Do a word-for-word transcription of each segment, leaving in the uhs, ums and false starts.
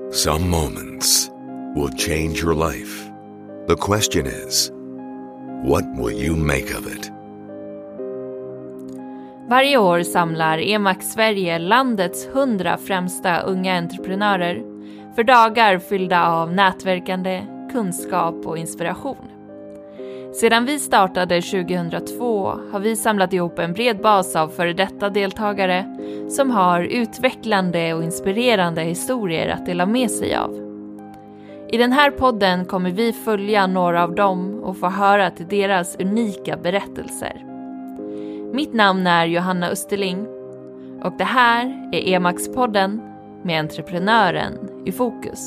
Some moments will change your life. The question is, what will you make of it? Varje år samlar E M A X Sverige landets hundra främsta unga entreprenörer för dagar fyllda av nätverkande, kunskap och inspiration. Sedan vi startade tjugohundratvå har vi samlat ihop en bred bas av före detta deltagare som har utvecklande och inspirerande historier att dela med sig av. I den här podden kommer vi följa några av dem och få höra till deras unika berättelser. Mitt namn är Johanna Österling och det här är E M A X-podden med entreprenören i fokus.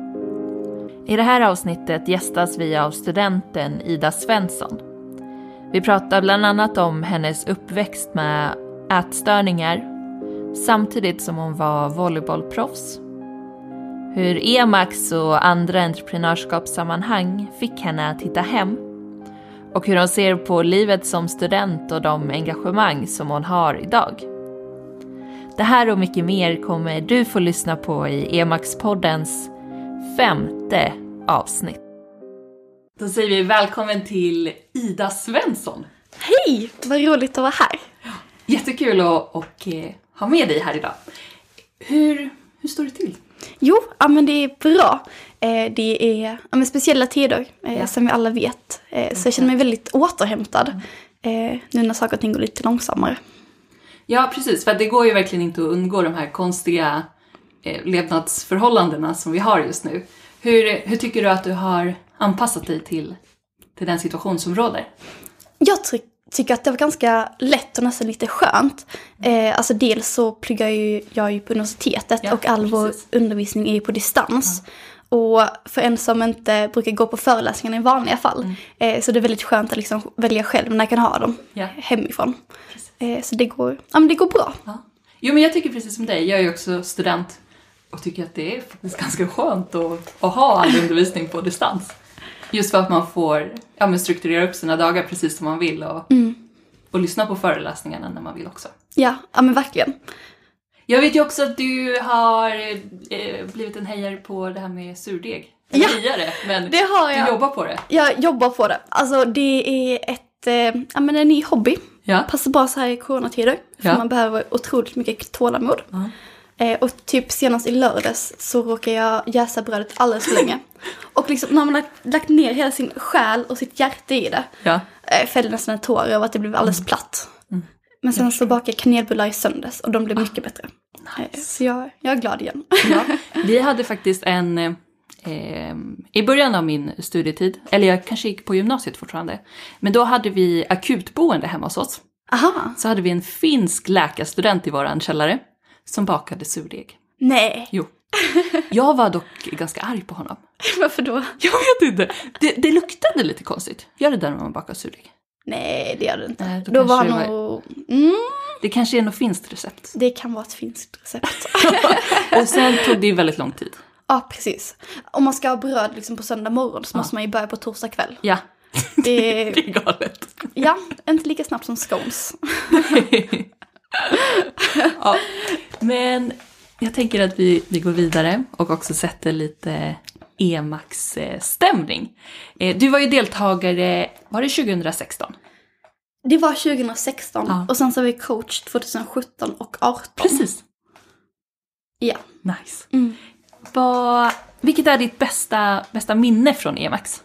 I det här avsnittet gästas vi av studenten Ida Svensson. Vi pratar bland annat om hennes uppväxt med ätstörningar samtidigt som hon var volleybollproffs. Hur E M A X och andra entreprenörskapssammanhang fick henne att hitta hem. Och hur hon ser på livet som student och de engagemang som hon har idag. Det här och mycket mer kommer du få lyssna på i E M A X-poddens femte avsnitt. Då säger vi välkommen till Ida Svensson. Hej, vad roligt att vara här. Jättekul att och, eh, ha med dig här idag. Hur, hur står det till? Jo, ja, men det är bra. Eh, det är ja, men speciella tider, eh, ja. som vi alla vet. Eh, så jag känner mig väldigt återhämtad. Eh, nu när saker och ting går lite långsammare. Ja, precis. För det går ju verkligen inte att undgå de här konstiga eh, levnadsförhållandena som vi har just nu. Hur, hur tycker du att du har anpassat dig till, till den situation som råder? Jag ty- tycker att det var ganska lätt och nästan lite skönt. Eh, alltså dels så pluggar ju, jag ju på universitetet ja, och all vår precis. undervisning är ju på distans. Ja. Och för en som inte brukar gå på föreläsningarna i vanliga fall mm. eh, så det är väldigt skönt att liksom välja själv när jag kan ha dem ja. hemifrån. Eh, så det går, ja, men det går bra. Ja. Jo, men jag tycker precis som dig. Jag är ju också student och tycker att det är faktiskt ganska skönt att, att ha all undervisning på distans. Just för att man får ja, men strukturera upp sina dagar precis som man vill och, mm. och lyssna på föreläsningarna när man vill också. Ja, ja men verkligen. Jag vet ju också att du har eh, blivit en hejare på det här med surdeg. Ja, hejare, men det har jag. Du jobbar på det. Jag jobbar på det. Alltså det är ett, eh, ja, men en ny hobby. Ja. Passar bra så här i coronatider. För ja. man behöver otroligt mycket tålamod. Ja. Eh, och typ senast i lördags så råkade jag jäsa brödet alldeles för länge. Och liksom när man har lagt ner hela sin själ och sitt hjärta i det. Ja. Eh, fällde nästan en tår över att det blev alldeles platt. Mm. Men sen så bakade jag kanelbullar i söndags och de blev ah. mycket bättre. Nice. Så jag, jag är glad igen. Ja. Vi hade faktiskt en, eh, i början av min studietid, eller jag kanske gick på gymnasiet fortfarande, men då hade vi akutboende hemma hos oss. Aha. Så hade vi en finsk läkarstudent i våran källare som bakade surdeg. Nej. Jo. Jag var dock ganska arg på honom. Varför då? Jag vet inte. Det, det luktade lite konstigt. Gör det där när man bakar surdeg? Nej, det gör det inte. Nej, då då var han det, nog... Mm. det kanske är något finskt recept. Det kan vara ett finskt recept. Och sen tog det väldigt lång tid. Ja, precis. Om man ska ha bröd liksom på söndag morgon så ja. måste man ju börja på torsdag kväll. Ja, det, det är galet. Ja, inte lika snabbt som scones. Ja, men jag tänker att vi, vi går vidare och också sätter lite E M A X-stämning. Du var ju deltagare, var det tjugohundrasexton? Det var tjugohundrasexton ja. och sen så var vi coach tjugosjutton och arton. Precis. Ja. Nice. Mm. Vad, vilket är ditt bästa, bästa minne från E M A X?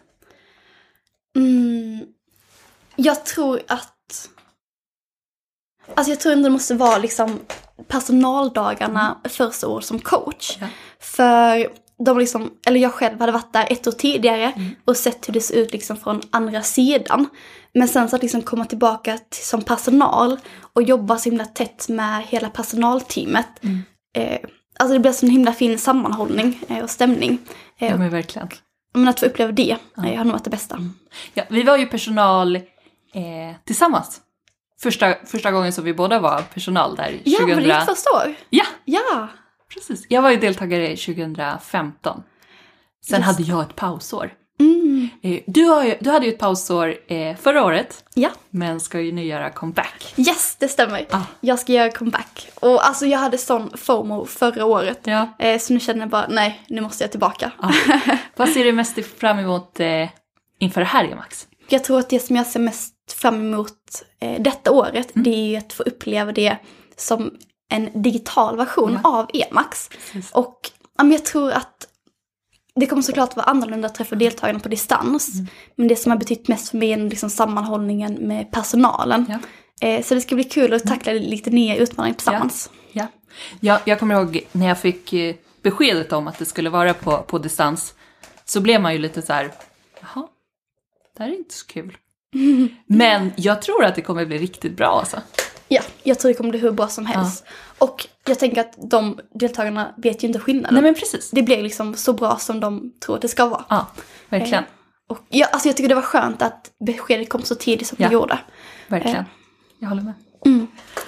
Mm, jag tror att Alltså jag tror inte det måste vara liksom personaldagarna mm. första år som coach. Ja. För de liksom, eller jag själv hade varit där ett år tidigare mm. och sett hur det ser ut liksom från andra sidan. Men sen så att liksom komma tillbaka till, som personal och jobba så himla tätt med hela personalteamet. Mm. Eh, alltså det blev så en himla fin sammanhållning eh, och stämning. Eh, ja men verkligen. Men att få uppleva det ja. eh, har nog varit det bästa. Mm. Ja, vi var ju personal eh, tillsammans. Första, första gången som vi båda var personal där. Ja, tjugohundra... var det ditt första år? Ja. Ja. Precis. Jag var ju deltagare tjugohundrafemton. Sen Just. hade jag ett pausår. Mm. Eh, du, har ju, du hade ju ett pausår eh, förra året. Ja. Men ska ju nu göra comeback. Yes, det stämmer. Ah. Jag ska göra comeback. Och alltså jag hade sån FOMO förra året. Ja. Eh, så nu känner jag bara, nej, nu måste jag tillbaka. Ah. Vad ser du mest fram emot eh, inför det här, Emax? Jag tror att det som jag ser mest fram emot eh, detta året, Mm. det är att få uppleva det som en digital version Ja. av Emax. Precis. Och ja, men jag tror att det kommer såklart vara annorlunda att träffa deltagarna på distans. Mm. Men det som har betytt mest för mig är liksom sammanhållningen med personalen. Ja. Eh, så det ska bli kul att tackla lite nya utmaningar tillsammans. Ja. Jag, jag kommer ihåg när jag fick eh, beskedet om att det skulle vara på, på distans, så blev man ju lite så här, jaha, det här är inte så kul. Men jag tror att det kommer bli riktigt bra alltså. Ja, jag tror det kommer bli hur bra som helst. Och jag tänker att de deltagarna vet ju inte skillnaden. Nej men precis. Det blir liksom så bra som de tror att det ska vara. Ja, verkligen. Eh, och jag, alltså jag tycker det var skönt att beskedet kom så tidigt som Ja. det gjorde. Verkligen. Eh. Jag håller med. Mm.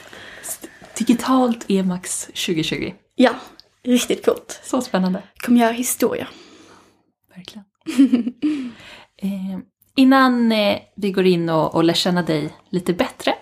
Digitalt Emax tjugo tjugo. Ja, riktigt coolt. Så spännande. Kommer göra historia. Verkligen. eh, innan eh, vi går in och, och lär känna dig lite bättre,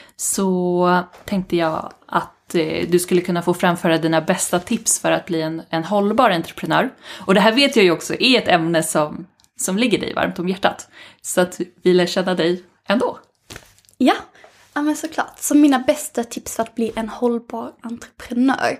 så tänkte jag att eh, du skulle kunna få framföra dina bästa tips för att bli en, en hållbar entreprenör. Och det här vet jag ju också är ett ämne som, som ligger dig varmt om hjärtat. Så att vi lär känna dig ändå. Ja, ja men såklart. Så mina bästa tips för att bli en hållbar entreprenör.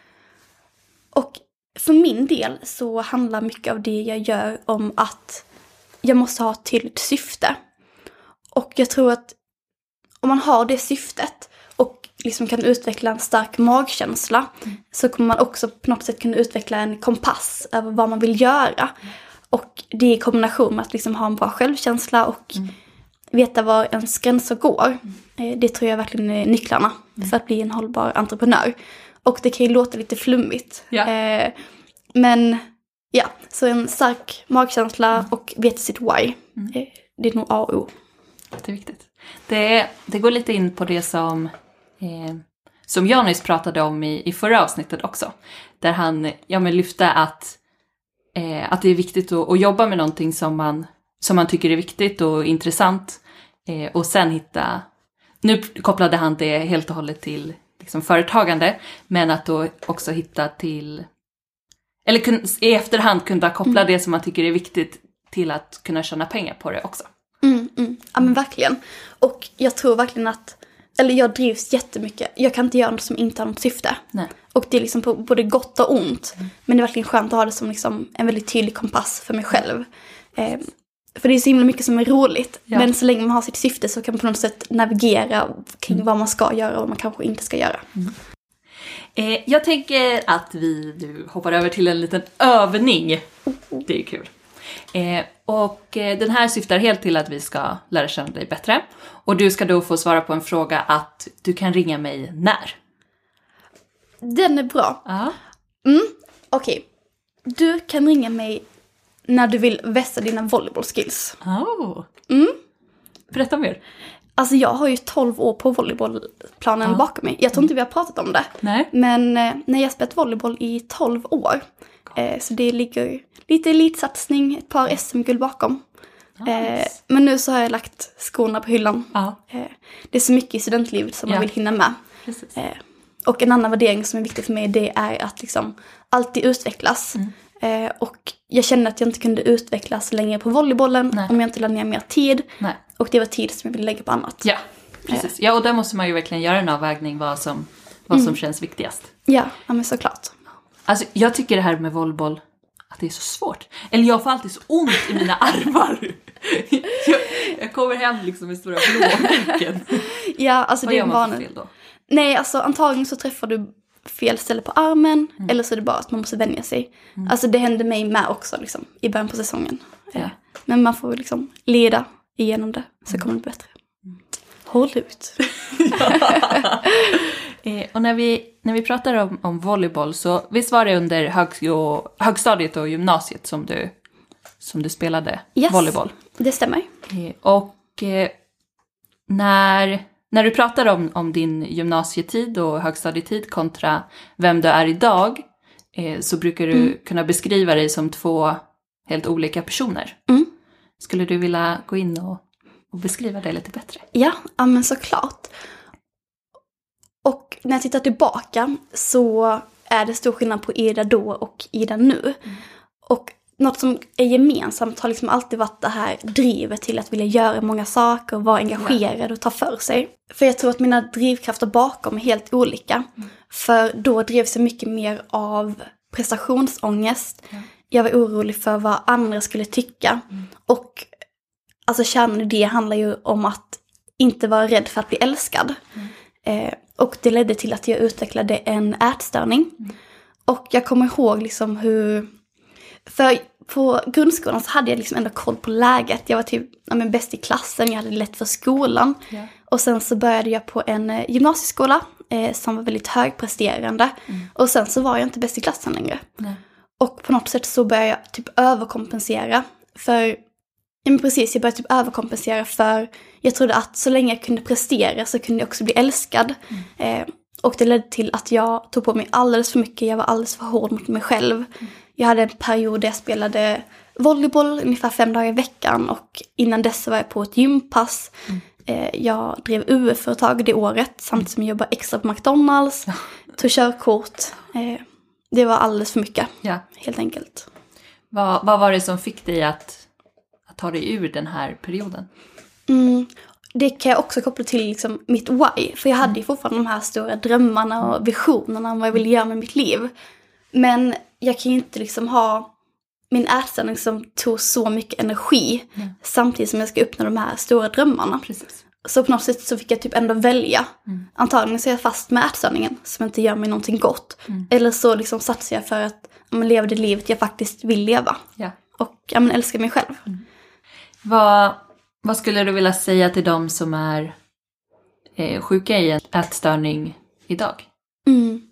Och för min del så handlar mycket av det jag gör om att jag måste ha ett tydligt syfte. Och jag tror att om man har det syftet och liksom kan utveckla en stark magkänsla, mm. så kommer man också på något sätt kunna utveckla en kompass över vad man vill göra. Och det är i kombination med att liksom ha en bra självkänsla och mm. veta var ens gränser går. Mm. Det tror jag verkligen är nycklarna mm. för att bli en hållbar entreprenör. Och det kan ju låta lite flummigt. Ja. Eh, men ja, så en stark magkänsla mm. och veta sitt why. Mm. Eh, det är nog A och O. Det är viktigt. Det, det går lite in på det som, eh, som jag nyss pratade om i, i förra avsnittet också. Där han ja, men lyfte att, eh, att det är viktigt att, att jobba med någonting som man, som man tycker är viktigt och intressant. Eh, och sen hitta, nu kopplade han det helt och hållet till liksom, företagande. Men att då också hitta till, eller kun, i efterhand kunna koppla mm. det som man tycker är viktigt till att kunna tjäna pengar på det också. Mm, mm. Ja men verkligen. Och jag tror verkligen att, eller jag drivs jättemycket. Jag kan inte göra något som inte har något syfte. Nej. Och det är liksom på både gott och ont. Mm. Men det är verkligen skönt att ha det som liksom en väldigt tydlig kompass för mig själv. Eh, för det är så himla mycket som är roligt. Ja. Men så länge man har sitt syfte så kan man på något sätt navigera kring mm. vad man ska göra och vad man kanske inte ska göra. Mm. Eh, jag tänker att vi nu hoppar över till en liten övning. Det är kul. Eh, och eh, den här syftar helt till att vi ska lära känna dig bättre. Och du ska då få svara på en fråga att du kan ringa mig när. Den är bra. Ja. Mm, okej. Okay. Du kan ringa mig när du vill vässa dina volleybollskills. Oh. Mm. Berätta mer. Alltså jag har ju tolv år på volleybollplanen ja. bakom mig. Jag tror inte vi har pratat om det. Nej. Men eh, när jag har spelat volleyboll i tolv år. Eh, så det ligger lite elitsatsning, ett par S M-guld bakom. Nice. Eh, men nu så har jag lagt skorna på hyllan. Ja. Eh, det är så mycket i studentlivet som ja. man vill hinna med. Eh, och en annan värdering som är viktig för mig, det är att liksom alltid utvecklas. Mm. Eh, och jag kände att jag inte kunde utvecklas längre på volleybollen Nej. om jag inte lade ner mer tid. Nej. Och det var tid som jag ville lägga på annat. Ja, precis. Ja, och där måste man ju verkligen göra en avvägning vad som, vad som mm. känns viktigast. Ja, ja, men såklart. Alltså, jag tycker det här med volleyboll, att det är så svårt. Eller jag får alltid så ont i mina armar. jag, jag kommer hem liksom med stora blåmärken. Ja, alltså vad det är gör man vanligt. för fel då? Nej, alltså antagligen så träffar du fel ställe på armen. Mm. Eller så är det bara att man måste vänja sig. Mm. Alltså det hände mig med också liksom, i början på säsongen. Ja. Men man får liksom leda igenom det, så kommer det bli bättre. Mm. Håll ut. eh, och när vi, när vi pratar om, om volleyboll, så visst var det under hög, och, högstadiet och gymnasiet som du, som du spelade yes, volleyboll? Det stämmer. Eh, och eh, när, när du pratar om, om din gymnasietid och högstadietid kontra vem du är idag, eh, så brukar du mm. kunna beskriva dig som två helt olika personer. Mm. Skulle du vilja gå in och, och beskriva det lite bättre? Ja, ja, men såklart. Och när jag tittar tillbaka så är det stor skillnad på Ida då och Ida nu. Mm. Och något som är gemensamt har liksom alltid varit det här drivet till att vilja göra många saker och vara engagerad och ta för sig. För jag tror att mina drivkrafter bakom är helt olika. Mm. För då drevs jag mycket mer av prestationsångest. Mm. Jag var orolig för vad andra skulle tycka. Mm. Och alltså kärnan i det handlar ju om att inte vara rädd för att bli älskad. Mm. Eh, och det ledde till att jag utvecklade en ätstörning. Mm. Och jag kommer ihåg liksom hur... För på grundskolan så hade jag liksom ändå koll på läget. Jag var typ ja, men bäst i klassen, jag hade lätt för skolan. Yeah. Och sen så började jag på en eh, gymnasieskola eh, som var väldigt högpresterande. Mm. Och sen så var jag inte bäst i klassen längre. Mm. Och på något sätt så började jag typ överkompensera. För, ja men precis, jag började typ överkompensera för jag trodde att så länge jag kunde prestera så kunde jag också bli älskad. Mm. Eh, och det ledde till att jag tog på mig alldeles för mycket, jag var alldeles för hård mot mig själv. Mm. Jag hade en period där jag spelade volleyboll ungefär fem dagar i veckan. Och innan dess var jag på ett gympass. Mm. Eh, jag drev U F-företag det året. Samtidigt som jag jobbade extra på McDonalds. Ja. Tog körkort. Eh, det var alldeles för mycket. Ja. Helt enkelt. Vad, vad var det som fick dig att, att ta dig ur den här perioden? Mm, det kan jag också koppla till liksom mitt why. För jag hade ju fortfarande de här stora drömmarna och visionerna om vad jag ville göra med mitt liv. Men jag kan ju inte liksom ha min ätstörning som tog så mycket energi mm. samtidigt som jag ska uppnå de här stora drömmarna. Precis. Så på något sätt så fick jag typ ändå välja. Mm. Antagligen så är jag fast med ätstörningen som inte gör mig någonting gott. Mm. Eller så liksom satsar jag för att ja, men, leva det livet jag faktiskt vill leva. Ja. Och ja, men, älska mig själv. Mm. Vad, vad skulle du vilja säga till de som är eh, sjuka i en ätstörning idag? Mm.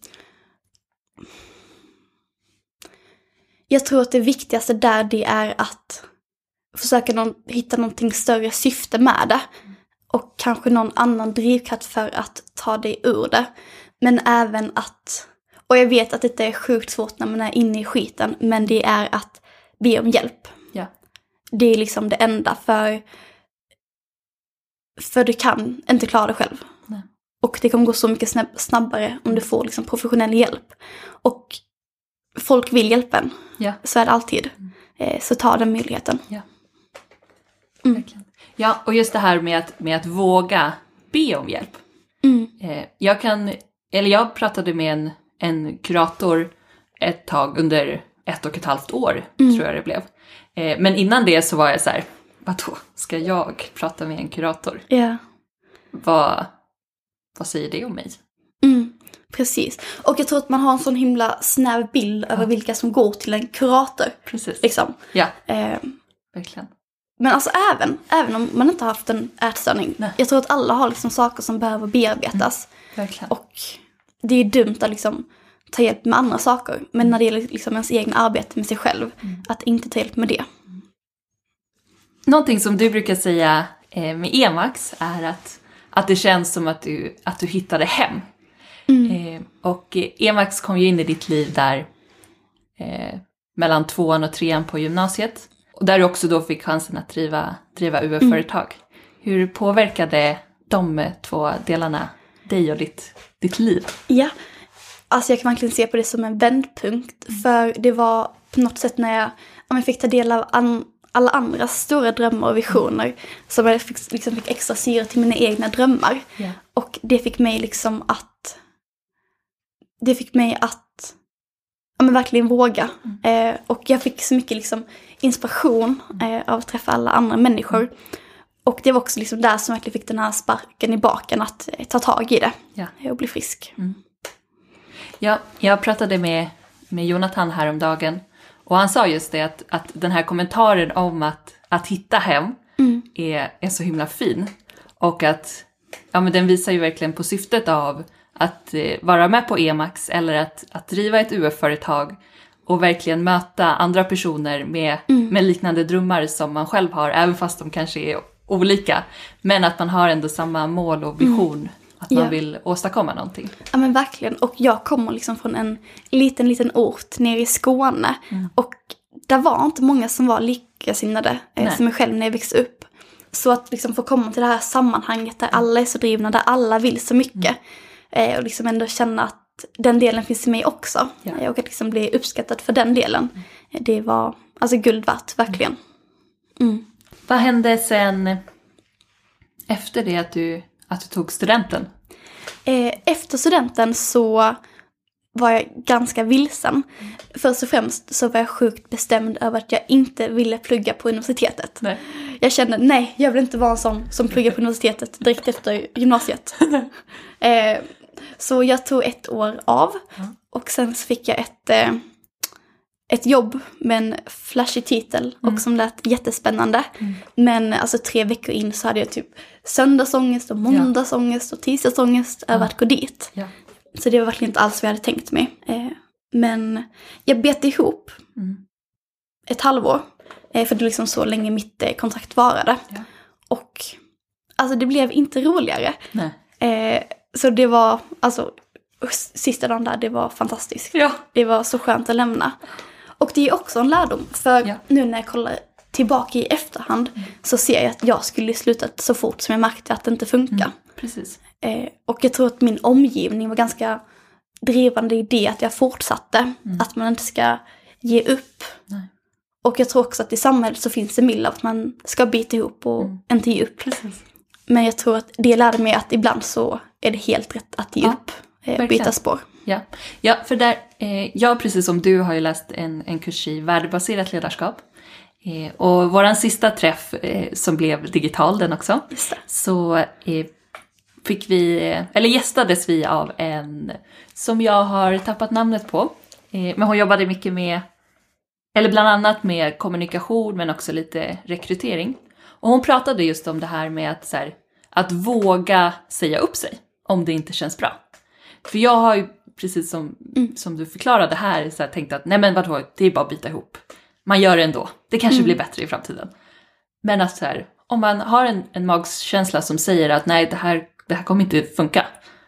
Jag tror att det viktigaste där det är att försöka någon, hitta någonting större syfte med det. Och kanske någon annan drivkraft för att ta dig ur det. Men även att, och jag vet att det är sjukt svårt när man är inne i skiten. Men det är att be om hjälp. Ja. Det är liksom det enda för, för du kan inte klara det själv. Nej. Och det kommer gå så mycket snabbare om du får liksom professionell hjälp. Och folk vill hjälpa en. Ja. Så är det alltid. Mm. Så ta den möjligheten. Ja. Mm. Ja, och just det här med att, med att våga be om hjälp. Mm. Jag kan, eller jag pratade med en, en kurator ett tag under ett och ett halvt år, mm. tror jag det blev. Men innan det så var jag så här, vadå, ska jag prata med en kurator? Ja. Vad, vad säger det om mig? Mm. Precis. Och jag tror att man har en sån himla snäv bild ja. över vilka som går till en kurator. Precis. Liksom. Ja, eh, verkligen. Men alltså även, även om man inte har haft en ätstörning. Nej. Jag tror att alla har liksom saker som behöver bearbetas. Mm, verkligen. Och det är dumt att liksom ta hjälp med andra saker. Men mm. när det gäller liksom ens egen arbete med sig själv. Mm. Att inte ta hjälp med det. Mm. Någonting som du brukar säga eh, med Emax är att, att det känns som att du, att du hittade hem. Mm. Eh, och Emax kom ju in i ditt liv där eh, mellan tvåan och trean på gymnasiet. Och där du också då fick chansen att driva, driva U F-företag. Mm. Hur påverkade de två delarna dig och ditt, ditt liv? Ja, alltså jag kan verkligen se på det som en vändpunkt. Mm. För det var på något sätt när jag, om jag fick ta del av an, alla andras stora drömmar och visioner. Mm. Som jag fick, liksom fick extra syre till mina egna drömmar. Yeah. Och det fick mig liksom att Det fick mig att ja, men verkligen våga. Mm. Eh, och jag fick så mycket liksom, inspiration eh, av att träffa alla andra människor. Mm. Och det var också liksom där som verkligen fick den här sparken i baken att eh, ta tag i det. Ja. Och bli frisk. Mm. Ja, jag pratade med, med Jonathan häromdagen. Och han sa just det att, att den här kommentaren om att, att hitta hem mm. är, är så himla fin. Och att ja, men den visar ju verkligen på syftet av att eh, vara med på Emax eller att, att driva ett U F-företag och verkligen möta andra personer med, mm. med liknande drömmar som man själv har, även fast de kanske är olika. Men att man har ändå samma mål och vision, mm. att man ja. vill åstadkomma någonting. Ja men verkligen, och jag kommer liksom från en liten, liten ort nere i Skåne. Mm. Och där var inte många som var li- likasinnade eh, som jag själv när jag växte upp. Så att liksom få komma till det här sammanhanget där alla är så drivna, där alla vill så mycket. Mm. Eh, och liksom ändå känna att den delen finns i mig också. Ja. Eh, och att liksom bli uppskattad för den delen. Mm. Eh, det var alltså guld värt, verkligen. Mm. Vad hände sen efter det att du, att du tog studenten? Eh, efter studenten så var jag ganska vilsen. Mm. Först och främst så var jag sjukt bestämd över att jag inte ville plugga på universitetet. Nej. Jag kände, nej, jag vill inte vara en sån som pluggar på universitetet direkt efter gymnasiet. eh, så jag tog ett år av mm. och sen fick jag ett, eh, ett jobb med en flashig titel mm. och som lät jättespännande. Mm. Men alltså tre veckor in så hade jag typ söndagsångest och måndagsångest och tisdagsångest över att gå dit. Ja. Så det var verkligen inte alls vad jag hade tänkt mig. Eh, men jag bet ihop mm. ett halvår. Eh, för det var liksom så länge mitt eh, kontrakt varade. Ja. Och alltså det blev inte roligare. Nej. Eh, så det var, alltså sista dagen där, det var fantastiskt. Ja. Det var så skönt att lämna. Och det är också en lärdom. För ja. nu när jag kollar tillbaka i efterhand mm. så ser jag att jag skulle slutat så fort som jag märkte att det inte funkar. Mm. Precis. Eh, och jag tror att min omgivning var ganska drivande i det att jag fortsatte. Mm. Att man inte ska ge upp. Nej. Och jag tror också att i samhället så finns det mild av att man ska bita ihop och mm. inte ge upp. Precis. Men jag tror att det lärde mig att ibland så är det helt rätt att ge ja, upp. Eh, byta spår. Ja, ja för där, eh, jag precis som du har ju läst en, en kurs i värdebaserat ledarskap. Eh, och våran sista träff eh, som blev digital den också. Just det. Så eh, fick vi, eller gästades vi av en som jag har tappat namnet på. Eh, men hon jobbade mycket med, eller bland annat med kommunikation men också lite rekrytering. Och hon pratade just om det här med att, så här, att våga säga upp sig om det inte känns bra. För jag har ju, precis som, mm. som du förklarade här, så här, tänkt att nej men vadå, det är bara att bita ihop. Man gör det ändå. Det kanske mm. blir bättre i framtiden. Men att så här, om man har en, en magkänsla som säger att nej, det här, det här kommer inte funka.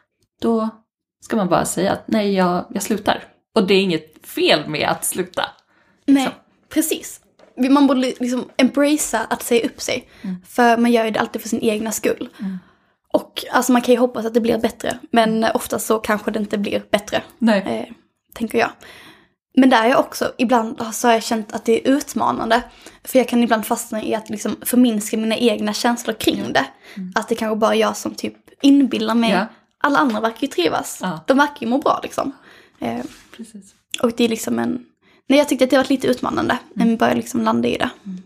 Då ska man bara säga att nej, jag, jag slutar. Och det är inget fel med att sluta. Nej, så. Precis. Man borde liksom embracea att säga upp sig. Mm. För man gör ju det alltid för sin egna skull. Mm. Och alltså man kan ju hoppas att det blir bättre. Men ofta så kanske det inte blir bättre. Nej. Eh, tänker jag. Men där är jag också, ibland så har jag känt att det är utmanande. För jag kan ibland fastna i att liksom förminska mina egna känslor kring det. Mm. Att det kanske bara jag som typ inbillar mig. Ja. Alla andra verkar ju trivas. Ja. De verkar ju må bra liksom. Eh, Precis. Och det är liksom en... Nej, jag tyckte att det var lite utmanande. Mm. Men vi började liksom landa i det. Mm.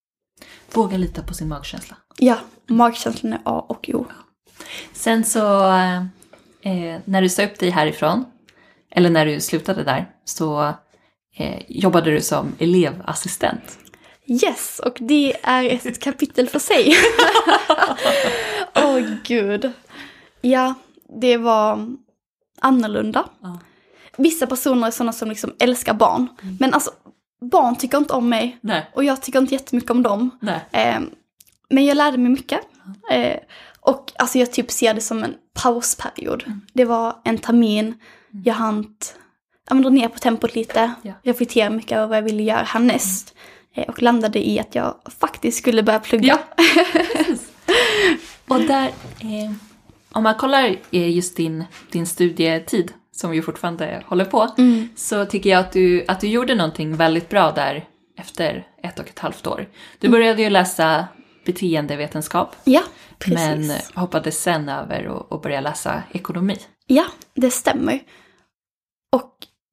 Våga lita på sin magkänsla. Ja, magkänslan är A och O. Sen så, eh, när du sa upp dig härifrån, eller när du slutade där, så eh, jobbade du som elevassistent. Yes, och det är ett kapitel för sig. Åh oh, gud. Ja, det var annorlunda. Ja. Vissa personer är sådana som liksom älskar barn. Mm. Men alltså, barn tycker inte om mig. Nej. Och jag tycker inte jättemycket om dem. Nej. Eh, men jag lärde mig mycket. Eh, och alltså jag typ ser det som en pausperiod. Mm. Det var en termin. Mm. Jag hann jag dra ner på tempot lite. Ja. Reflektera mycket över vad jag ville göra härnäst. Mm. Eh, och landade i att jag faktiskt skulle börja plugga. Ja. Och där, eh, om man kollar eh, just din, din studietid, som ju fortfarande håller på, mm. så tycker jag att du, att du gjorde någonting väldigt bra där efter ett och ett halvt år. Du började ju läsa beteendevetenskap. Ja, precis. Men hoppade sen över och, och började läsa ekonomi. Ja, det stämmer. Och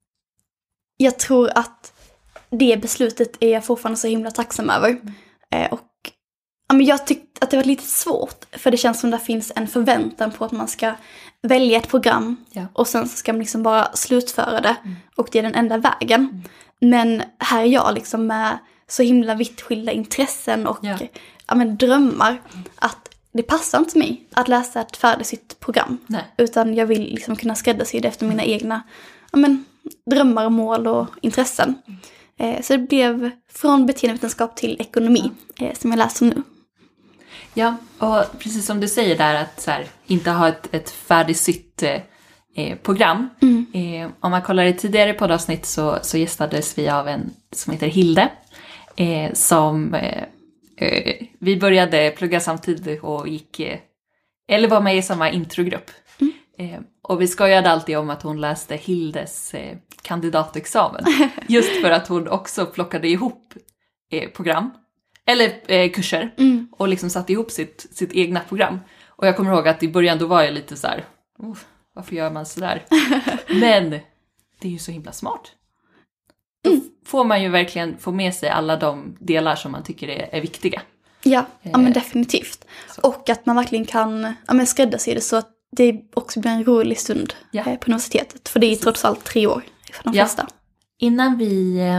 jag tror att det beslutet är jag fortfarande så himla tacksam över. Mm. Eh, och ja, men jag tyckte att det var lite svårt. För det känns som det finns en förväntan på att man ska välja ett program. Ja. Och sen så ska man liksom bara slutföra det. Mm. Och det är den enda vägen. Mm. Men här är jag liksom med så himla vitt skilda intressen och ja. Ja, men drömmar. Mm. Att det passar inte mig att läsa ett färdigt program. Nej. Utan jag vill liksom kunna skräddarsy det efter mina egna ja, men, drömmar, mål och intressen. Mm. Eh, så det blev från beteendevetenskap till ekonomi ja. eh, som jag läser nu. Ja, och precis som du säger där att så här, inte ha ett, ett färdigsytt eh, program. Mm. Eh, om man kollar i tidigare poddavsnitt så, så gästades vi av en som heter Hilde. eh, som eh, eh, vi började plugga samtidigt och gick, eh, eller var med i samma introgrupp. Mm. Eh, och vi skojade alltid om att hon läste Hildes eh, kandidatexamen. Just för att hon också plockade ihop eh, program, eller eh, kurser, Mm. och liksom satte ihop sitt, sitt egna program. Och jag kommer ihåg att i början då var jag lite så här, oh, varför gör man så där? Men det är ju så himla smart. Då Mm. får man ju verkligen få med sig alla de delar som man tycker är, är viktiga. Ja, ja men Eh, definitivt. så. Och att man verkligen kan ja, men skräddarsy det så att det också blir en rolig stund Ja. eh, på universitetet. För det är ju trots allt tre år för de Ja. flesta. Innan vi eh,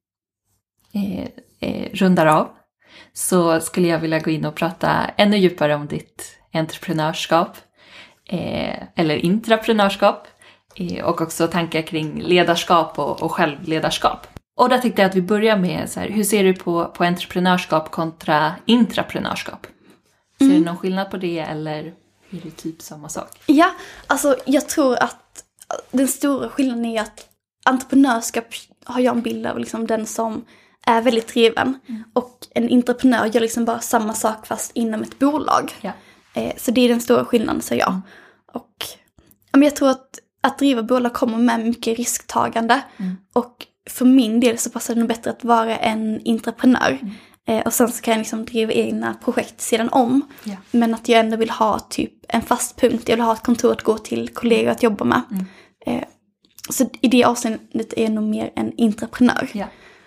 eh, eh, rundar av så skulle jag vilja gå in och prata ännu djupare om ditt entreprenörskap. Eh, eller intraprenörskap. Eh, och också tankar kring ledarskap och, och självledarskap. Och där tänkte jag att vi börjar med så här, hur ser du på, på entreprenörskap kontra intraprenörskap? Ser Mm. du någon skillnad på det eller är det typ samma sak? Ja, alltså jag tror att den stora skillnaden är att entreprenörskap har jag en bild av liksom den som är väldigt driven. Mm. Och en entreprenör gör liksom bara samma sak fast inom ett bolag. Ja. Eh, så det är den stora skillnaden, säger jag. Mm. Och ja, men jag tror att att driva bolag kommer med mycket risktagande. Mm. Och för min del så passar det nog bättre att vara en entreprenör. Mm. Eh, och sen så kan jag liksom driva egna projekt sedan om. Ja. Men att jag ändå vill ha typ en fast punkt. Jag vill ha ett kontor att gå till, kollegor att jobba med. Mm. Eh, så i det avseendet är jag nog mer en entreprenör. Ja.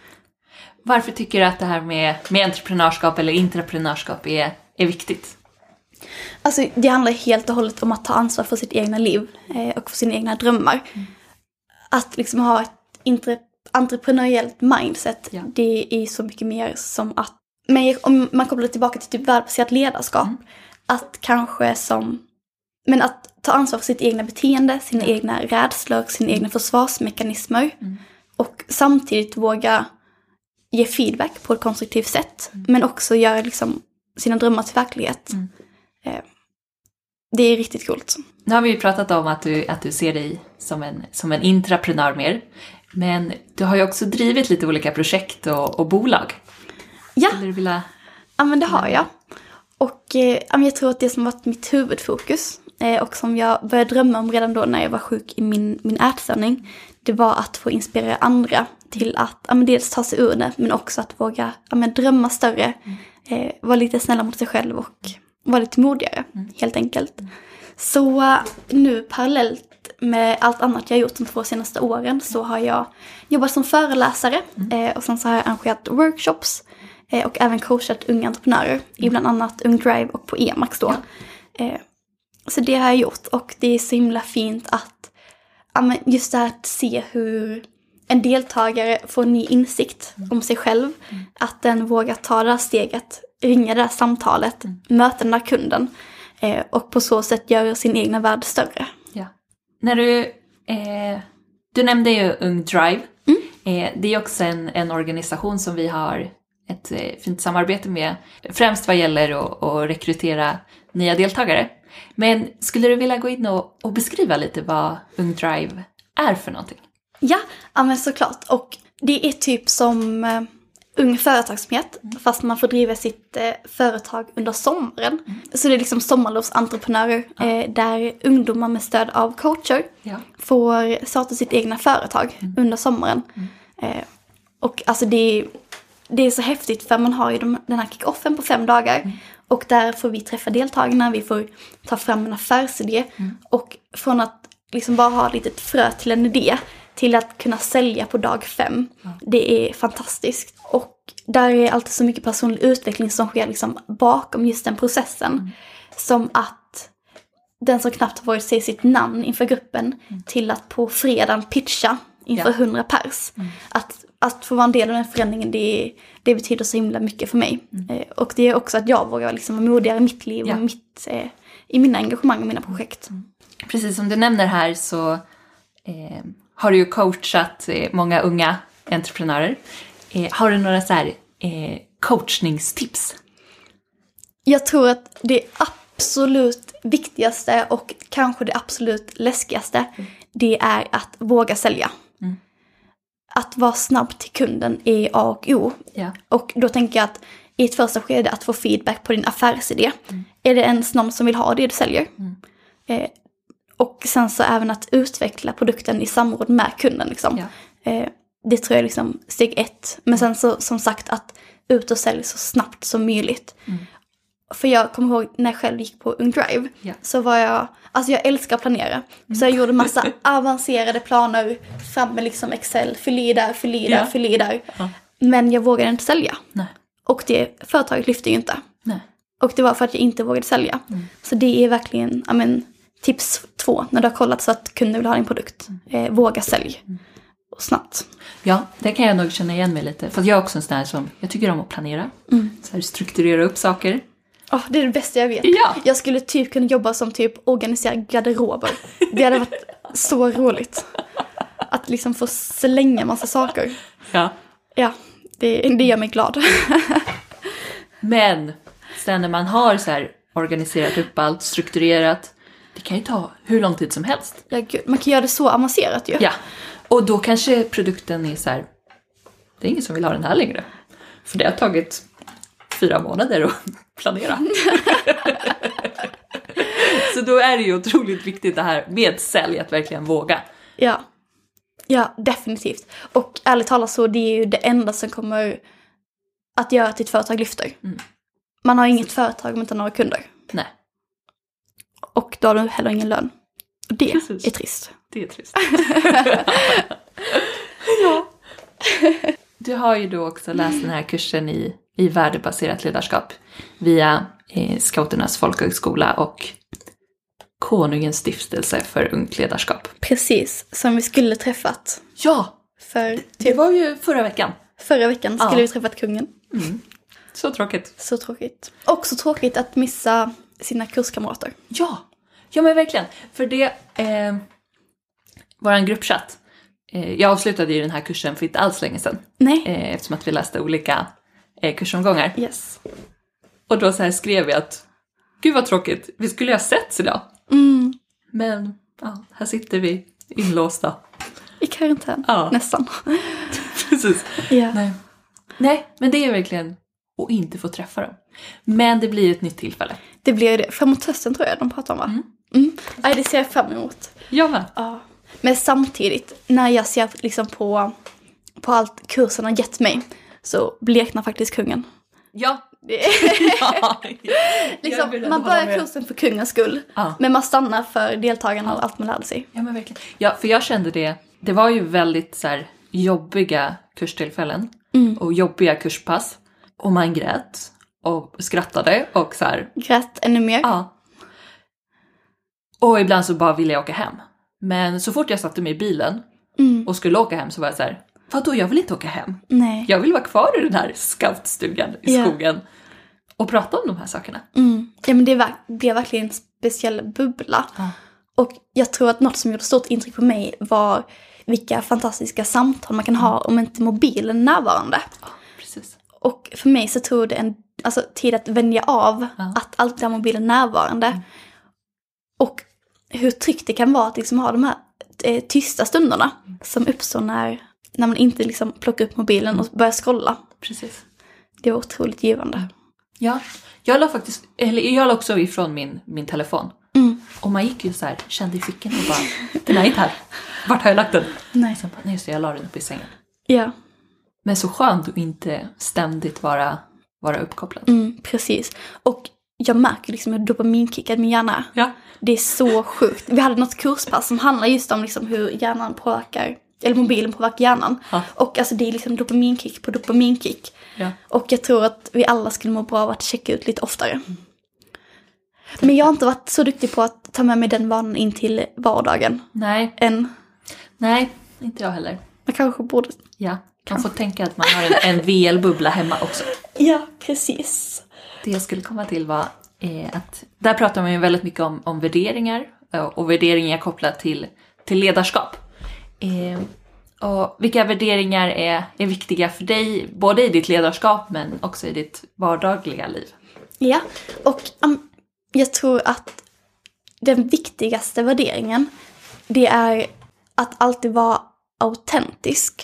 Varför tycker du att det här med, med entreprenörskap eller intraprenörskap är, är viktigt? Alltså det handlar helt och hållet om att ta ansvar för sitt egna liv eh, och för sina egna drömmar. Mm. Att liksom ha ett intre, entreprenöriellt mindset, Ja. det är så mycket mer som att, men om man kopplar tillbaka till typ värdebaserat ledarskap, Mm. att kanske som, men att ta ansvar för sitt egna beteende, sina Ja. egna rädslor, sina egna försvarsmekanismer Mm. och samtidigt våga ge feedback på ett konstruktivt sätt, Mm. men också göra liksom sina drömmar till verklighet. Mm. Eh, det är riktigt coolt. Nu har vi ju pratat om att du, att du ser dig som en, som en intraprenör mer. Men du har ju också drivit lite olika projekt och, och bolag. Ja, Skulle du vilja... ja men det har jag. Och eh, ja, men jag tror att det som varit mitt huvudfokus eh, och som jag började drömma om redan då när jag var sjuk i min, min ätstörning, det var att få inspirera andra till att ja, men dels ta sig ur det, men också att våga ja, men drömma större, eh, vara lite snälla mot sig själv och vara lite modigare, Mm. helt enkelt. Så eh, nu parallellt med allt annat jag har gjort de två senaste åren så har jag jobbat som föreläsare eh, och sen så har jag arrangerat workshops eh, och även coachat unga entreprenörer i bland annat Ung Drive och på Emax då. Eh, så det har jag gjort och det är så himla fint att ja, men just det här att se hur en deltagare får ny insikt om sig själv, att den vågar ta det här steget, ringa det här samtalet, möta den här kunden eh, och på så sätt göra sin egna värld större. Ja. När du, eh, du nämnde ju Ung Drive. Mm. Eh, det är också en, en organisation som vi har ett eh, fint samarbete med. Främst vad gäller att, att rekrytera nya deltagare. Men skulle du vilja gå in och, och beskriva lite vad Ung Drive är för någonting? Ja, ja men såklart. Och det är typ som eh, ung företagsamhet, Mm. fast man får driva sitt eh, företag under sommaren. Mm. Så det är liksom sommarlovsentreprenörer Ja. eh, där ungdomar med stöd av coacher Ja. får starta sitt egna företag Mm. under sommaren. Mm. Eh, och alltså det är, det är så häftigt för man har ju de, den här kick-offen på fem dagar. Mm. Och där får vi träffa deltagarna, vi får ta fram en affärsidé. Mm. Och från att liksom bara ha ett litet frö till en idé till att kunna sälja på dag fem. Ja. Det är fantastiskt. Och där är alltid så mycket personlig utveckling som sker liksom bakom just den processen. Mm. Som att den som knappt har varit säga sitt namn inför gruppen Mm. till att på fredagen pitcha inför Ja. hundra pers. Mm. Att, att få vara en del av den förändringen, det, det betyder så himla mycket för mig. Mm. Eh, och det är också att jag vågar liksom vara modigare i mitt liv Ja. och mitt, eh, i mina engagemang och mina projekt. Precis som du nämner här så eh, har du ju coachat eh, många unga entreprenörer. Eh, har du några så här, eh, coachningstips? Jag tror att det absolut viktigaste och kanske det absolut läskigaste, det är att våga sälja. Mm. att vara snabb till kunden är A och O. Ja. Och då tänker jag att i ett första skede att få feedback på din affärsidé. Mm. Är det ens någon som vill ha det du säljer? Mm. Eh, och sen så även att utveckla produkten i samråd med kunden. Liksom. Ja. Eh, det tror jag är liksom steg ett. Men sen så som sagt att ut och sälja så snabbt som möjligt. Mm. För jag kommer ihåg när jag själv gick på Ung Drive. Ja. Så var jag, alltså jag älskar att planera. Mm. Så jag gjorde massa avancerade planer. Fram med liksom Excel, fyll i där, fyll i där, ja. fyll i där. Ja. Men jag vågade inte sälja. Nej. Och det företaget lyfte ju inte. Nej. Och det var för att jag inte vågade sälja. Mm. Så det är verkligen, ja men, tips två. När du har kollat så att kunden vill ha din produkt. Mm. Eh, våga sälj. Mm. Och snabbt. Ja, det kan jag nog känna igen mig lite. För jag är också en sån här som, jag tycker om att planera. Mm. Så här, strukturera upp saker. Oh, det är det bästa jag vet. Ja. Jag skulle typ kunna jobba som typ organisera garderober. Det hade varit så roligt. Att liksom få slänga massa saker. Ja. Ja, det, det gör mig glad. Men sen när man har så här organiserat upp allt, strukturerat, det kan ju ta hur lång tid som helst. Ja, gud, man kan göra det så avancerat ju. Ja, och då kanske produkten är så här, det är ingen som vill ha den här längre. För det har tagit fyra månader att planera. Så då är det ju otroligt viktigt det här med sälj, att verkligen våga. Ja, ja definitivt. Och ärligt talat så det är ju det enda som kommer att göra att ditt företag lyfter. Mm. Man har inget företag om inte några kunder. Nej. Och då har du heller ingen lön. Och det Precis. är trist. Det är trist. Ja. Du har ju då också läst den här kursen i, i värdebaserat ledarskap via eh, Scouternas folkhögskola och Konungens stiftelse för ungt ledarskap. Precis, som vi skulle träffat. Ja, för typ, det var ju förra veckan. Förra veckan skulle ja. vi träffat kungen. Mm. Så tråkigt. Så tråkigt. Och så tråkigt att missa sina kurskamrater. Ja, ja men verkligen. För det, eh, våran gruppchatt. Eh, jag avslutade ju den här kursen för inte alls länge sedan. Nej. Eh, eftersom att vi läste olika eh, kursomgångar. Yes. Och då så här skrev jag att, gud vad tråkigt, vi skulle ha setts idag. Mm. Men ja, här sitter vi inlåsta. I karantän, ja. Nästan. Precis. Ja. Nej. Nej, men det är verkligen att inte få träffa dem. Men det blir ett nytt tillfälle. Det blir det. Framåt hösten tror jag de pratar om, va? Mm. Mm. Nej, det ser jag fram emot. Jag med. Ja. Men samtidigt, när jag ser liksom på, på allt kursen har gett mig, så bleknar faktiskt kungen. Ja. ja. liksom, man börjar kursen för kungens skull. Ja. Men man stannar för deltagarna och allt man lärde sig. Ja, men verkligen. Ja, för jag kände det. Det var ju väldigt så här, jobbiga kurstillfällen. Mm. Och jobbiga kurspass. Och man grät. Och skrattade. Och så här. Grät ännu mer. Ja. Och ibland så bara ville jag åka hem. Men så fort jag satte mig i bilen. Mm. Och skulle åka hem så var jag så här. Vadå, jag vill inte åka hem. Nej. Jag vill vara kvar i den här scoutstugan i yeah. skogen. Och prata om de här sakerna. Mm. Ja, men det blev verkligen en speciell bubbla. Ah. Och jag tror att något som gjorde stort intryck på mig var vilka fantastiska samtal man kan ha om inte mobilen är närvarande. Ah, precis. Och för mig så tog det en alltså, tid att vänja av ah. att alltid ha mobilen närvarande. Mm. Och hur tryggt det kan vara att liksom ha de här eh, tysta stunderna mm. som uppstår när, när man inte liksom plockar upp mobilen mm. och börjar scrolla. Precis. Det var otroligt givande. Mm. Ja, jag la faktiskt, eller jag la också ifrån min, min telefon. Mm. Och man gick ju så här, kände i fickan och bara, den är inte här. Vart har jag lagt den? Nej. Sen bara, nej just det, jag la den uppe i sängen. Ja. Men så skönt att inte ständigt vara, vara uppkopplad. Mm, precis. Och jag märker liksom hur dopaminkickad min hjärna är. Ja. Det är så sjukt. Vi hade något kurspass som handlar just om liksom hur hjärnan påverkar, eller mobilen påverkar hjärnan. Ja. Och alltså det är liksom dopaminkick på dopaminkick. Ja. Och jag tror att vi alla skulle må bra av att checka ut lite oftare. Mm. Men jag har inte varit så duktig på att ta med mig den vanan in till vardagen. Nej. Än. Nej, inte jag heller. Man kanske borde. Ja, man kanske. Får tänka att man har en, en V L-bubbla hemma också. Ja, precis. Det jag skulle komma till var eh, att där pratar man ju väldigt mycket om, om värderingar. Och värderingar kopplat till, till ledarskap. Eh, och vilka värderingar är, är viktiga för dig, både i ditt ledarskap men också i ditt vardagliga liv? Ja, och um, jag tror att den viktigaste värderingen, det är att alltid vara autentisk.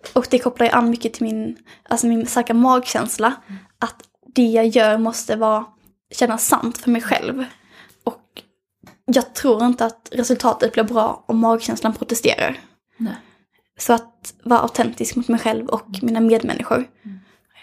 Och det kopplar ju an mycket till min, alltså min starka magkänsla. Mm. Att det jag gör måste vara, kännas sant för mig själv. Och jag tror inte att resultatet blir bra om magkänslan protesterar. Nej. Så att vara autentisk mot mig själv och mm. mina medmänniskor. Mm.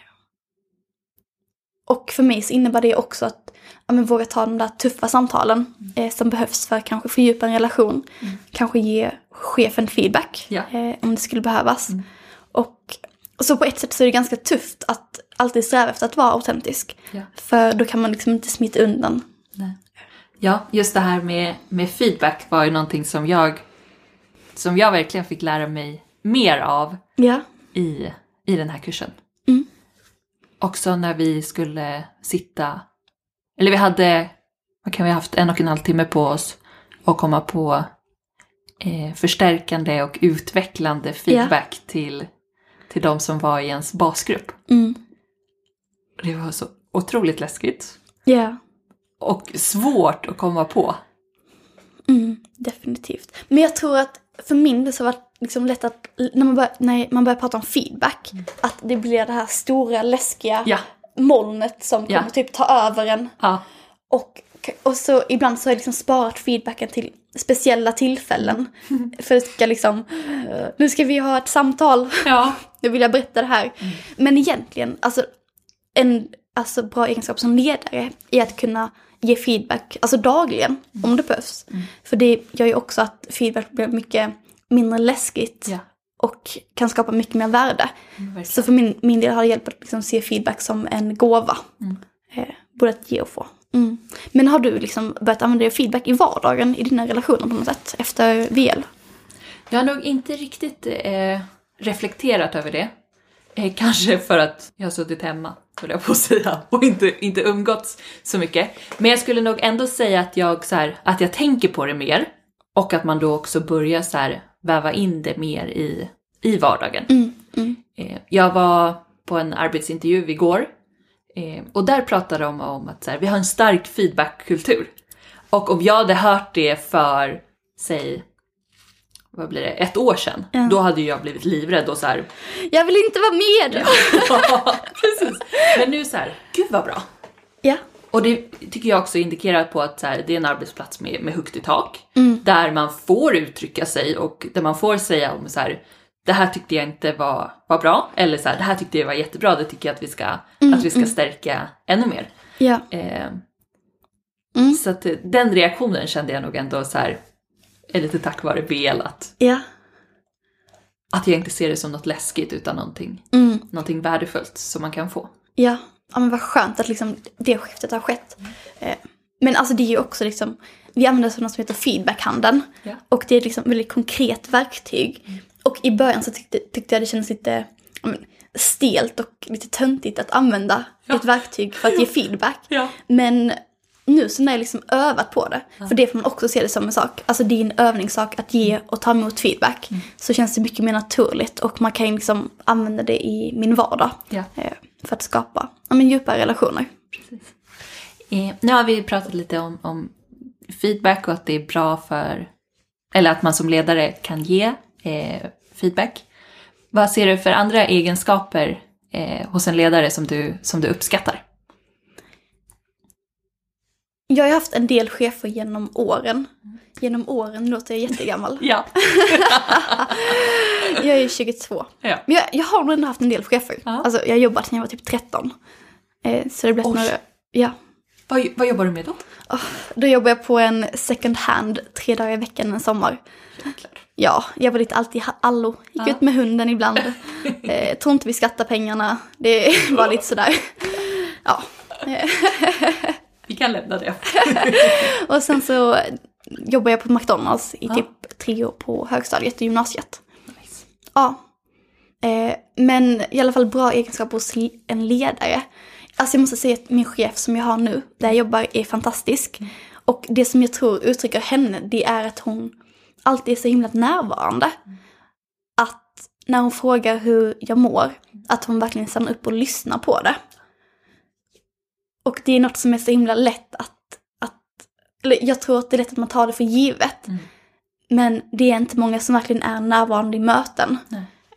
Och för mig så innebär det också att ja, men våga ta de där tuffa samtalen mm. eh, som behövs för att kanske fördjupa en relation. Mm. Kanske ge chefen feedback ja. eh, om det skulle behövas. Mm. Och, och så på ett sätt så är det ganska tufft att alltid sträva efter att vara autentisk. Ja. För då kan man liksom inte smita undan. Nej. Ja, just det här med, med feedback var ju någonting som jag, som jag verkligen fick lära mig mer av ja. i, i den här kursen. Mm. Också när vi skulle sitta, eller vi hade, vad kan vi ha haft, en och en halv timme på oss och komma på eh, förstärkande och utvecklande feedback yeah. till, till de som var i ens basgrupp. Mm. Det var så otroligt läskigt. Ja. Yeah. Och svårt att komma på. Mm, definitivt. Men jag tror att för min det så var det liksom lätt att när man, bör, när man börjar prata om feedback mm. att det blir det här stora läskiga ja. molnet som kommer ja. typ ta över en. Ja. Och, och så ibland så har jag liksom sparat feedbacken till speciella tillfällen. Mm. För att ska liksom, nu ska vi ha ett samtal. Ja. Nu vill jag berätta det här. Mm. Men egentligen, alltså en alltså, bra egenskap som ledare är att kunna ge feedback alltså dagligen mm. om det behövs. Mm. För det gör ju också att feedback blir mycket mindre läskigt ja. och kan skapa mycket mer värde. Mm, så för min, min del har det hjälpt att liksom se feedback som en gåva. Mm. Eh, både att ge och få. Mm. Men har du liksom börjat använda feedback i vardagen i dina relationer på något sätt efter V L? Jag har nog inte riktigt eh, reflekterat över det. Eh, kanske för att jag har suttit hemma, skulle jag på säga, och inte, inte umgåtts så mycket. Men jag skulle nog ändå säga att jag, så här, att jag tänker på det mer. Och att man då också börjar så här, väva in det mer i, i vardagen. Mm, mm. Eh, jag var på en arbetsintervju igår. Eh, och där pratade de om att så här, vi har en stark feedbackkultur. Och om jag hade hört det för, säg, vad blir det, ett år sedan. Ja. Då hade jag blivit livrädd och så här. Jag vill inte vara med. Ja, precis. Men nu så här, gud vad bra. Ja. Och det tycker jag också indikerar på att så här, det är en arbetsplats med, med högt i tak. Mm. Där man får uttrycka sig och där man får säga om så här, det här tyckte jag inte var, var bra. Eller så här, det här tyckte jag var jättebra. Det tycker jag att vi ska, mm, att vi ska mm. stärka ännu mer. Ja. Eh, mm. Så att den reaktionen kände jag nog ändå så här, är lite tack vare V L att, ja. att jag inte ser det som något läskigt utan någonting, mm. någonting värdefullt som man kan få. Ja. Ja, men vad skönt att liksom det skiftet har skett. Mm. Men alltså det är ju också liksom, vi använder så något som heter feedbackhandeln. Ja. Och det är liksom ett väldigt konkret verktyg. Mm. Och i början så tyckte, tyckte jag det kändes lite ja, men, stelt och lite töntigt att använda ja. ett verktyg för att ge feedback. Ja. Men nu så när jag liksom övat på det, ja. för det får man också se det som en sak. Alltså det är en övningssak att ge och ta emot feedback. Mm. Så känns det mycket mer naturligt och man kan liksom använda det i min vardag. Ja. För att skapa ja, men, djupa relationer. Precis. Eh, nu har vi pratat lite om, om feedback och att det är bra för, eller att man som ledare kan ge eh, feedback. Vad ser du för andra egenskaper eh, hos en ledare som du, som du uppskattar? Jag har haft en del chefer genom åren. Genom åren låter jag jättegammal. Ja. Jag är tjugotvå. Ja. Men jag, jag har nog ändå haft en del chefer. Ja. Alltså jag har jobbat sedan jag var typ tretton. Eh, så det blev några... Ja. Vad, vad jobbar du med då? Oh, då jobbar jag på en second hand tre dagar i veckan en sommar. Jäklar. Ja, jag var lite alltid allo. Gick ja. ut med hunden ibland. eh, tror inte vi skattar pengarna. Det var lite sådär. Ja. Vi kan lämna det. Och sen så jobbar jag på McDonalds i ja. typ tre år på högstadiet och gymnasiet. Nice. Ja. Eh, men i alla fall bra egenskap hos en ledare. Alltså jag måste säga att min chef som jag har nu, där jag jobbar, är fantastisk. Mm. Och det som jag tror uttrycker henne, det är att hon alltid är så himla närvarande. Mm. Att när hon frågar hur jag mår, att hon verkligen stannar upp och lyssnar på det. Och det är något som är så himla lätt att, att eller jag tror att det är lätt att man tar det för givet. Mm. Men det är inte många som verkligen är närvarande i möten. Nej.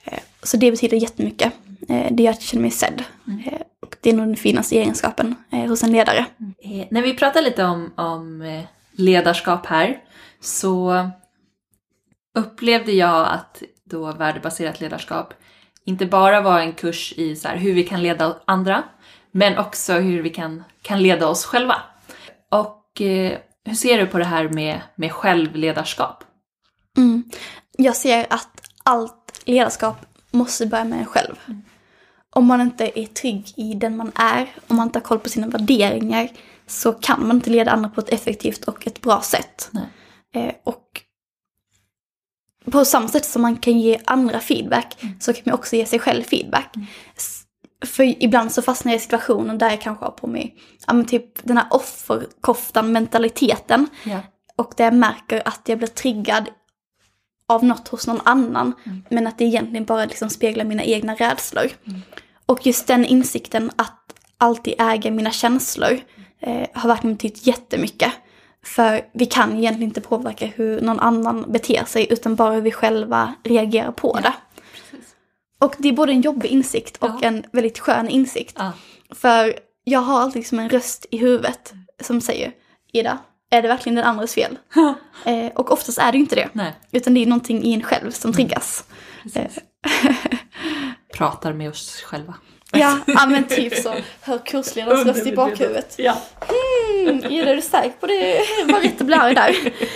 så det betyder jättemycket. Eh, det gör att jag känner mig sedd. Mm. Eh, och det är nog den finaste egenskapen eh, hos en ledare. Mm. Eh, när vi pratar lite om, om eh, ledarskap här så upplevde jag att då värdebaserat ledarskap inte bara var en kurs i så här, hur vi kan leda andra, men också hur vi kan, kan leda oss själva. Och eh, hur ser du på det här med, med självledarskap? Mm. Jag ser att allt ledarskap måste börja med en själv. Mm. Om man inte är trygg i den man är, om man inte har koll på sina värderingar, så kan man inte leda andra på ett effektivt och ett bra sätt. Eh, och på samma sätt som man kan ge andra feedback, mm. så kan man också ge sig själv feedback. Mm. För ibland så fastnar jag i situationer där jag kanske har på mig ja, men typ den här offerkoftan-mentaliteten. Ja. Och där jag märker att jag blir triggad av något hos någon annan. Mm. Men att det egentligen bara liksom speglar mina egna rädslor. Mm. Och just den insikten att alltid äga mina känslor eh, har verkligen betytt jättemycket. För vi kan egentligen inte påverka hur någon annan beter sig, utan bara hur vi själva reagerar på ja. det. Precis. Och det är både en jobbig insikt och ja. en väldigt skön insikt. Ja. För jag har alltid liksom en röst i huvudet som säger, Ida, är det verkligen den andres fel? eh, och oftast är det ju inte det. Nej. Utan det är någonting i en själv som triggas. Mm. Pratar med oss själva. Ja, ja, men typ så. Hör kursledarens röst i bakhuvudet. Ja. Hmm, är du säker på det? Var rätt blöd där.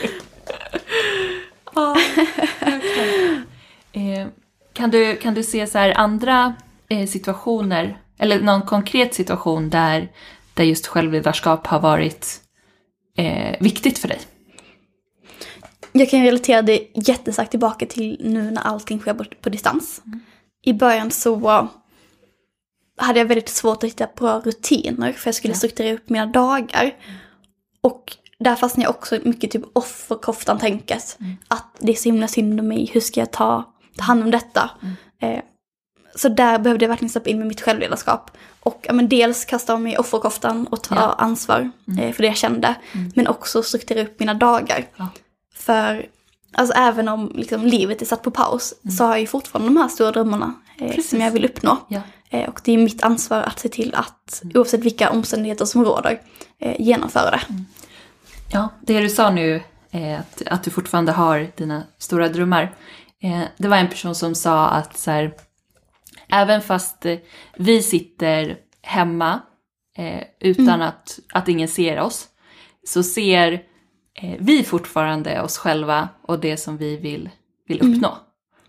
Ja, okay. eh, kan, du, kan du se så här andra eh, situationer, eller någon konkret situation där, där just självledarskap har varit eh, viktigt för dig? Jag kan relatera det jättesagt tillbaka till nu när allting sker på, på distans. Mm. I början så hade jag väldigt svårt att hitta bra rutiner, för jag skulle ja. strukturera upp mina dagar. Mm. Och där fastnade jag också mycket typ offerkoftan-tänket. Mm. Att det är så himla synd om mig, hur ska jag ta, ta hand om detta? Mm. Eh, så där behövde jag verkligen stoppa in med mitt självledarskap. Och ja, men dels kasta av mig offerkoftan och ta ja. ansvar mm. eh, för det jag kände. Mm. Men också strukturera upp mina dagar. Ja. För alltså, även om liksom, livet är satt på paus mm. så har jag ju fortfarande de här stora drömmarna eh, som jag vill uppnå. Ja. Eh, och det är mitt ansvar att se till att mm. oavsett vilka omständigheter som råder eh, genomföra det. Mm. Ja, det du sa nu, eh, att, att du fortfarande har dina stora drömmar. Eh, det var en person som sa att så här, även fast eh, vi sitter hemma eh, utan mm. att, att ingen ser oss, så ser eh, vi fortfarande oss själva och det som vi vill, vill uppnå. Mm.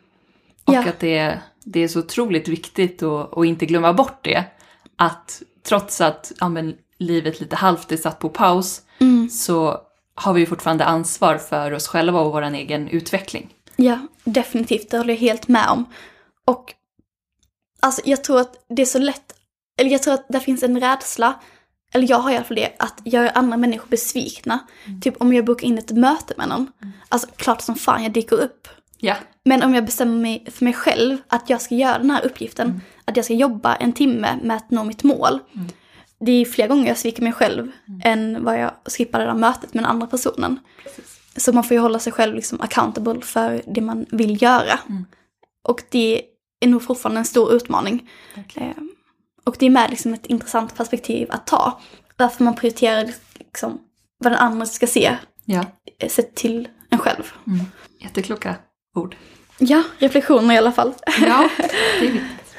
Och ja. att det, det är så otroligt viktigt att, att inte glömma bort det. Att trots att ja, men, livet lite halvt är satt på paus mm. så har vi fortfarande ansvar för oss själva och vår egen utveckling. Ja, definitivt. Det håller jag helt med om. Och alltså, jag tror att det är så lätt, eller jag tror att det finns en rädsla, eller jag har i alla fall det, att göra andra människor besvikna. Mm. Typ om jag bokar in ett möte med någon. Mm. Alltså klart som fan jag dyker upp. Ja. Men om jag bestämmer mig för mig själv att jag ska göra den här uppgiften, mm. att jag ska jobba en timme med att nå mitt mål. Mm. Det är fler gånger jag sviker mig själv mm. än vad jag skippar det där mötet med den andra personen. Precis. Så man får ju hålla sig själv liksom accountable för det man vill göra. Mm. Och det är nog fortfarande en stor utmaning. Okay. Eh, och det är med liksom ett intressant perspektiv att ta. Varför man prioriterar liksom vad den andra ska se. Ja. Sett till en själv. Mm. Jättekloka ord. Ja, reflektioner i alla fall. Ja, det är viktigt.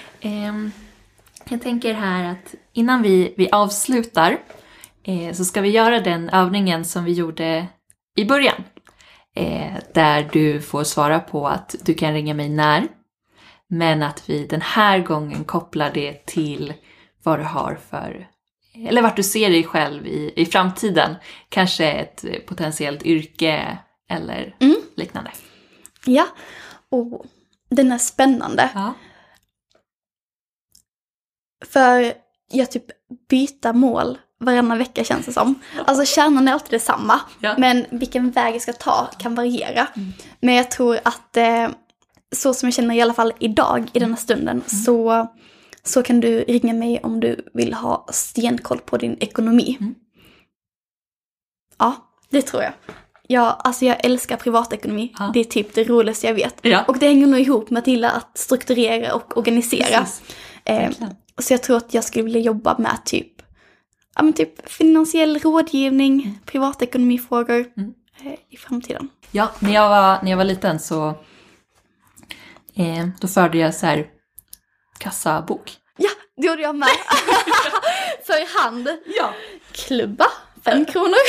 Um, jag tänker här att innan vi, vi avslutar eh, så ska vi göra den övningen som vi gjorde i början. Eh, där du får svara på att du kan ringa mig när. Men att vi den här gången kopplar det till vad du har för, eller vart du ser dig själv i, i framtiden. Kanske ett potentiellt yrke eller mm. liknande. Ja, och den är spännande. Ja. För jag typ byter mål varannan vecka känns det som. Alltså kärnan är alltid detsamma. Ja. Men vilken väg jag ska ta kan variera. Mm. Men jag tror att eh, så som jag känner i alla fall idag i denna stunden mm. så, så kan du ringa mig om du vill ha stenkoll på din ekonomi. Mm. Ja, det tror jag. Ja, alltså jag älskar privatekonomi. Ja. Det är typ det roligaste jag vet. Ja. Och det hänger nog ihop med att gilla att strukturera och organisera. Eh, så jag tror att jag skulle vilja jobba med typ, ja, men typ finansiell rådgivning, mm. privatekonomifrågor mm. eh, i framtiden. Ja, när jag var, när jag var liten så eh, då förde jag så här kassabok. Ja, det gjorde jag med. För hand. Ja. Klubba, fem kronor.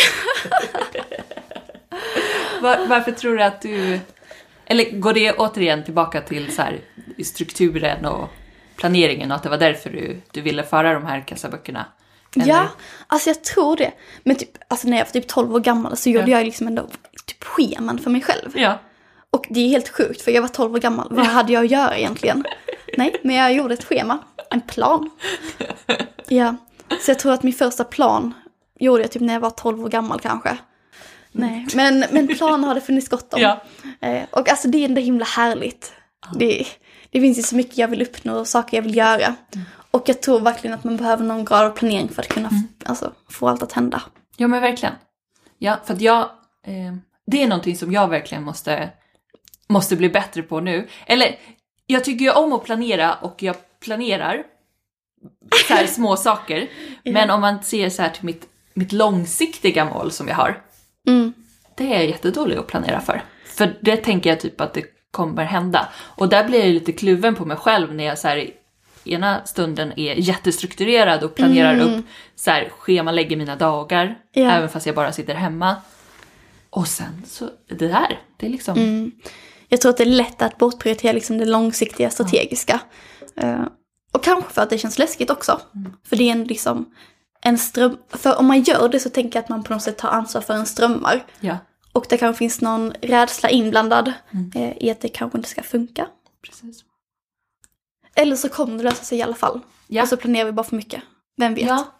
Var, varför tror du att du... Eller går det återigen tillbaka till så här, strukturen och planeringen och att det var därför du, du ville föra de här kassaböckerna? Eller? Ja, alltså jag tror det. Men typ, alltså när jag var typ tolv år gammal så gjorde ja. jag liksom ändå typ scheman för mig själv. Ja. Och det är helt sjukt för jag var tolv år gammal. Vad hade jag att göra egentligen? Nej, men jag gjorde ett schema. En plan. Ja, så jag tror att min första plan gjorde jag typ när jag var tolv år gammal kanske. Nej, men, men plan har det funnits gott om. Ja. Eh, och alltså det är ändå himla härligt. Det, det finns ju så mycket jag vill uppnå och saker jag vill göra. Mm. Och jag tror verkligen att man behöver någon grad av planering för att kunna mm. alltså, få allt att hända. Ja, men verkligen. Ja, för att jag... Eh, det är någonting som jag verkligen måste, måste bli bättre på nu. Eller, jag tycker ju om att planera och jag planerar så här små saker. Ja. Men om man ser så här till mitt, mitt långsiktiga mål som jag har. Mm. Det är jag jättedålig att planera för. För det tänker jag typ att det kommer hända. Och där blir jag lite kluven på mig själv när jag så här, ena stunden är jättestrukturerad och planerar mm. upp så här, schemalägger mina dagar. Ja. Även fast jag bara sitter hemma. Och sen så, det här, det är liksom... Mm. Jag tror att det är lätt att bortprioritera liksom det långsiktiga, strategiska. Ja. Uh, och kanske för att det känns läskigt också. Mm. För det är en liksom... En ström, för om man gör det så tänker jag att man på något sätt tar ansvar för en strömmar. Ja. Och det kanske finns någon rädsla inblandad mm. eh, i att det kanske inte ska funka. Precis. Eller så kommer det lösa sig i alla fall. Ja. Och så planerar vi bara för mycket. Vem vet? Ja.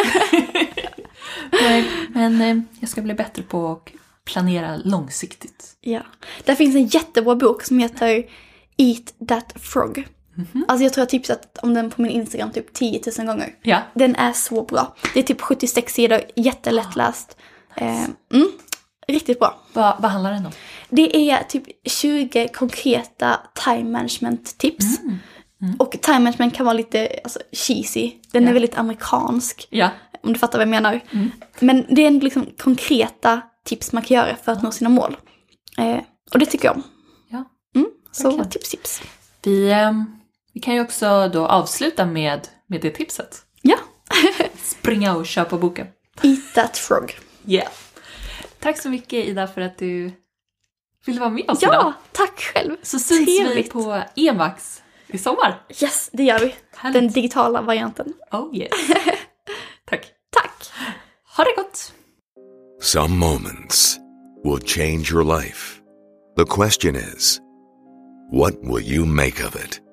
Nej, men eh, jag ska bli bättre på att planera långsiktigt. Ja. Där finns en jättebra bok som heter Eat That Frog. Mm-hmm. Alltså jag tror jag tipsat om den på min Instagram typ tio tusen gånger. Ja. Den är så bra. Det är typ sjuttiosex sidor, jättelättläst. Oh, nice. eh, mm, riktigt bra. Va, vad handlar den om? Det är typ tjugo konkreta time management tips. Mm. Mm. Och time management kan vara lite alltså, cheesy. Den ja. är väldigt amerikansk. Ja. Om du fattar vad jag menar. Mm. Men det är liksom konkreta tips man kan göra för att nå sina mål. Eh, och det tycker jag om. Ja. Mm, så tips, tips. Vi... Um... Vi kan ju också då avsluta med, med det tipset. Ja. Springa och köpa boken. Eat That Frog. Yeah. Tack så mycket Ida för att du ville vara med oss ja, idag. Tack själv. Så syns Trevligt. vi på EMAX i sommar. Yes, det gör vi. Härligt. Den digitala varianten. Oh yes. Tack. Tack. Ha det gott. Some moments will change your life. The question is, what will you make of it?